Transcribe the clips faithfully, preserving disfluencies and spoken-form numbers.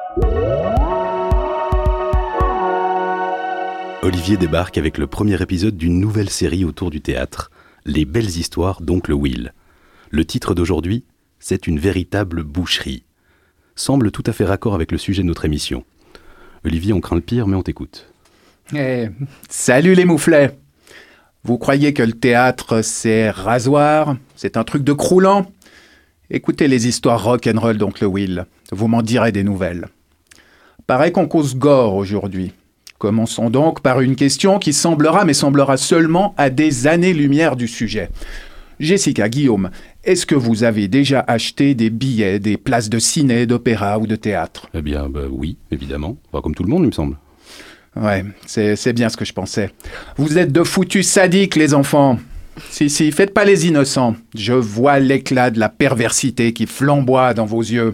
Olivier débarque avec le premier épisode d'une nouvelle série autour du théâtre, Les belles histoires d'Oncle Will. Le titre d'aujourd'hui, c'est une véritable boucherie. Semble tout à fait raccord avec le sujet de notre émission. Olivier, on craint le pire, mais on t'écoute. Eh, salut les mouflets! Vous croyez que le théâtre, c'est rasoir? C'est un truc de croulant? Écoutez les histoires rock'n'roll d'Oncle Will. Vous m'en direz des nouvelles. Paraît qu'on cause gore aujourd'hui. Commençons donc par une question qui semblera, mais semblera seulement à des années-lumière du sujet. Jessica, Guillaume, est-ce que vous avez déjà acheté des billets, des places de ciné, d'opéra ou de théâtre? Eh bien, bah, oui, évidemment. Enfin, comme tout le monde, il me semble. Ouais, c'est, c'est bien ce que je pensais. Vous êtes de foutus sadiques, les enfants. Si, si, faites pas les innocents. Je vois l'éclat de la perversité qui flamboie dans vos yeux.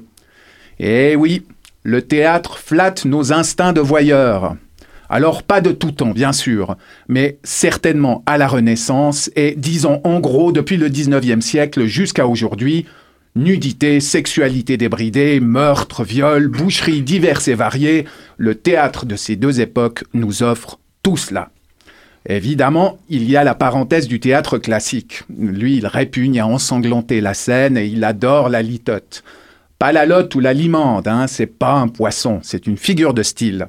Eh oui, le théâtre flatte nos instincts de voyeurs. Alors pas de tout temps, bien sûr, mais certainement à la Renaissance et, disons en gros, depuis le dix-neuvième siècle jusqu'à aujourd'hui, nudité, sexualité débridée, meurtres, viols, boucheries diverses et variées, le théâtre de ces deux époques nous offre tout cela. Évidemment, il y a la parenthèse du théâtre classique. Lui, il répugne à ensanglanter la scène et il adore la litote. Pas la lotte ou la limande, hein, c'est pas un poisson, c'est une figure de style.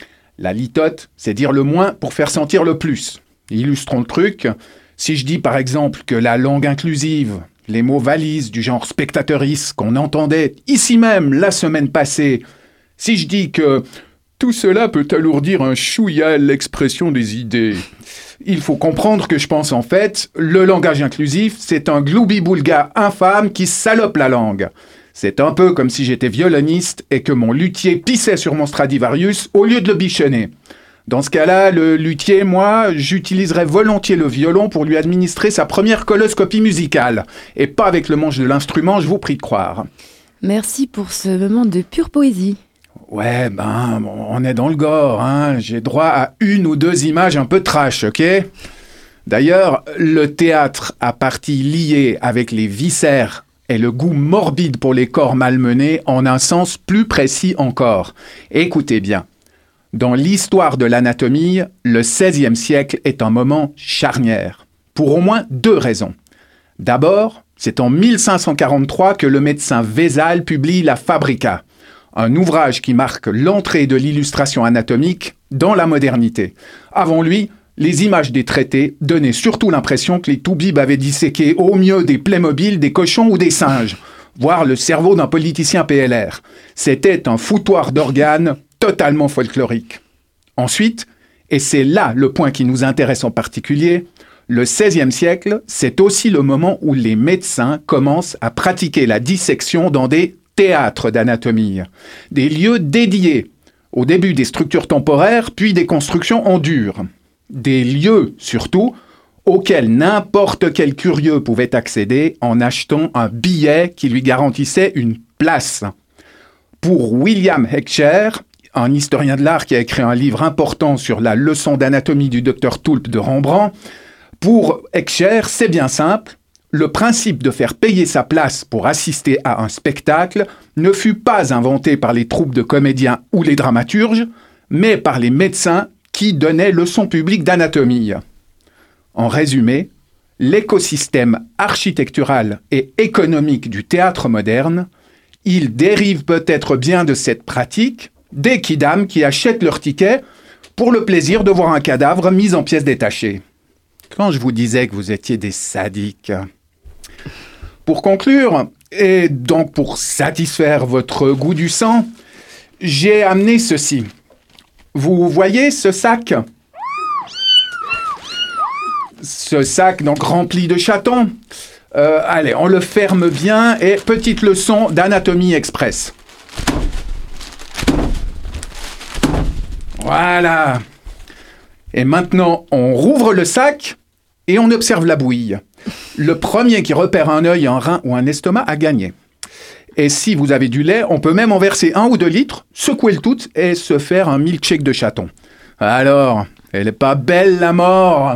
La litote, c'est dire le moins pour faire sentir le plus. Illustrons le truc. Si je dis par exemple que la langue inclusive, les mots valises du genre spectatrice qu'on entendait ici même la semaine passée, si je dis que tout cela peut alourdir un chouïa l'expression des idées, il faut comprendre que je pense en fait, le langage inclusif, c'est un gloubi-boulga infâme qui salope la langue. C'est un peu comme si j'étais violoniste et que mon luthier pissait sur mon Stradivarius au lieu de le bichonner. Dans ce cas-là, le luthier, moi, j'utiliserais volontiers le violon pour lui administrer sa première coloscopie musicale. Et pas avec le manche de l'instrument, je vous prie de croire. Merci pour ce moment de pure poésie. Ouais, ben, on est dans le gore, hein. J'ai droit à une ou deux images un peu trash, ok ? D'ailleurs, le théâtre a partie liée avec les viscères et le goût morbide pour les corps malmenés en un sens plus précis encore. Écoutez bien. Dans l'histoire de l'anatomie, le seizième siècle est un moment charnière, pour au moins deux raisons. D'abord, c'est en mille cinq cent quarante-trois que le médecin Vézal publie la Fabrica, un ouvrage qui marque l'entrée de l'illustration anatomique dans la modernité. Avant lui, les images des traités donnaient surtout l'impression que les toubibs avaient disséqué au mieux des Playmobil, des cochons ou des singes, voire le cerveau d'un politicien P L R. C'était un foutoir d'organes totalement folklorique. Ensuite, et c'est là le point qui nous intéresse en particulier, le seizième siècle, c'est aussi le moment où les médecins commencent à pratiquer la dissection dans des théâtres d'anatomie, des lieux dédiés, au début des structures temporaires, puis des constructions en dur. Des lieux, surtout, auxquels n'importe quel curieux pouvait accéder en achetant un billet qui lui garantissait une place. Pour William Heckscher, un historien de l'art qui a écrit un livre important sur la leçon d'anatomie du docteur Tulpe de Rembrandt, pour Heckscher, c'est bien simple, le principe de faire payer sa place pour assister à un spectacle ne fut pas inventé par les troupes de comédiens ou les dramaturges, mais par les médecins qui donnait leçon publique d'anatomie. En résumé, l'écosystème architectural et économique du théâtre moderne, il dérive peut-être bien de cette pratique des kidams qui achètent leur ticket pour le plaisir de voir un cadavre mis en pièces détachées. Quand je vous disais que vous étiez des sadiques. Pour conclure, et donc pour satisfaire votre goût du sang, j'ai amené ceci. Vous voyez ce sac ? Ce sac donc rempli de chatons. Euh, allez, on le ferme bien et petite leçon d'anatomie express. Voilà. Et maintenant, on rouvre le sac et on observe la bouillie. Le premier qui repère un œil, un rein ou un estomac a gagné. Et si vous avez du lait, on peut même en verser un ou deux litres, secouer le tout et se faire un milkshake de chaton. Alors, elle est pas belle la mort ?